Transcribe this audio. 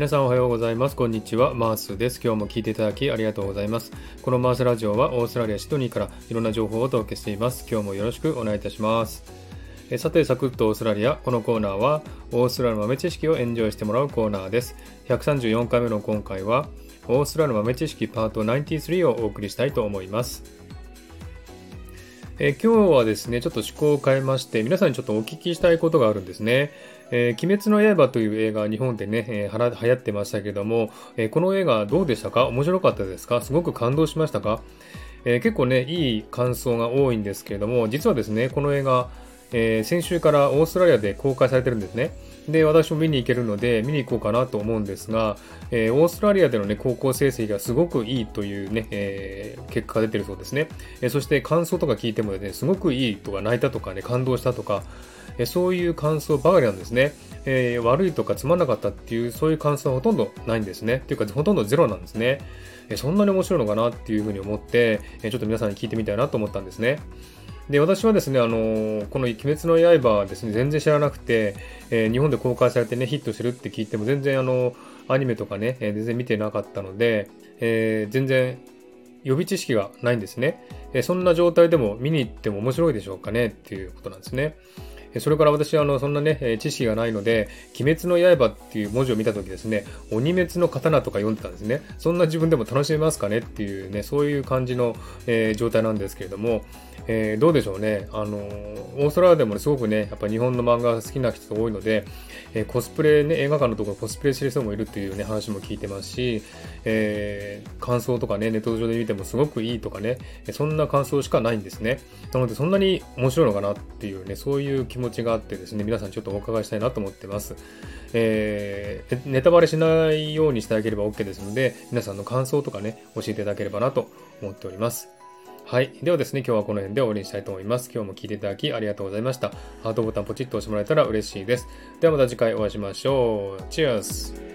皆さんおはようございます。こんにちは。マースです。今日も聞いていただきありがとうございます。このマースラジオはオーストラリア・シドニーからいろんな情報をお届けしています。今日もよろしくお願いいたします。さて、サクッとオーストラリア。このコーナーはオーストラリアの豆知識をエンジョイしてもらうコーナーです。134回目の今回はオーストラリアの豆知識パート93をお送りしたいと思います。今日はですね、ちょっと趣向を変えまして、皆さんにちょっとお聞きしたいことがあるんですね。鬼滅の刃という映画、日本でね、流行ってましたけども、この映画どうでしたか？面白かったですか？すごく感動しましたか？結構ね、いい感想が多いんですけれども、実はですね、この映画、先週からオーストラリアで公開されてるんですね。で、私も見に行けるので、見に行こうかなと思うんですが、オーストラリアでのね、高校成績がすごくいいというね、結果が出てるそうですね。そして感想とか聞いてもね、すごくいいとか泣いたとかね、感動したとか、そういう感想ばかりなんですね。悪いとかつまんなかったっていう、そういう感想はほとんどないんですね。っていうか、ほとんどゼロなんですね。そんなに面白いのかなっていうふうに思って、ちょっと皆さんに聞いてみたいなと思ったんですね。で、私はですね、この鬼滅の刃はですね、全然知らなくて、日本で公開されてね、ヒットしてるって聞いても、全然アニメとかね、全然見てなかったので、全然予備知識がないんですね。そんな状態でも見に行っても面白いでしょうかねっていうことなんですね。それから私はそんなね、知識がないので、鬼滅の刃っていう文字を見たときですね、鬼滅の刀とか読んでたんですね。そんな自分でも楽しめますかねっていうね、そういう感じの、状態なんですけれども、どうでしょうね。オーストラリアでもね、すごくね、やっぱ日本の漫画が好きな人が多いので、コスプレね、映画館のところコスプレしてる人もいるっていうね、話も聞いてますし、感想とかね、ネット上で見てもすごくいいとかね、そんな感想しかないんですね。なので、そんなに面白いのかなっていうね、そういう気持ちがあってですね、皆さんにちょっとお伺いしたいなと思ってます。ネタバレしないようにしてあげれば OK ですので、皆さんの感想とかね、教えていただければなと思っております。はい。ではですね、今日はこの辺で終わりにしたいと思います。今日も聞いていただきありがとうございました。ハートボタンポチッと押してもらえたら嬉しいです。ではまた次回お会いしましょう。チェアス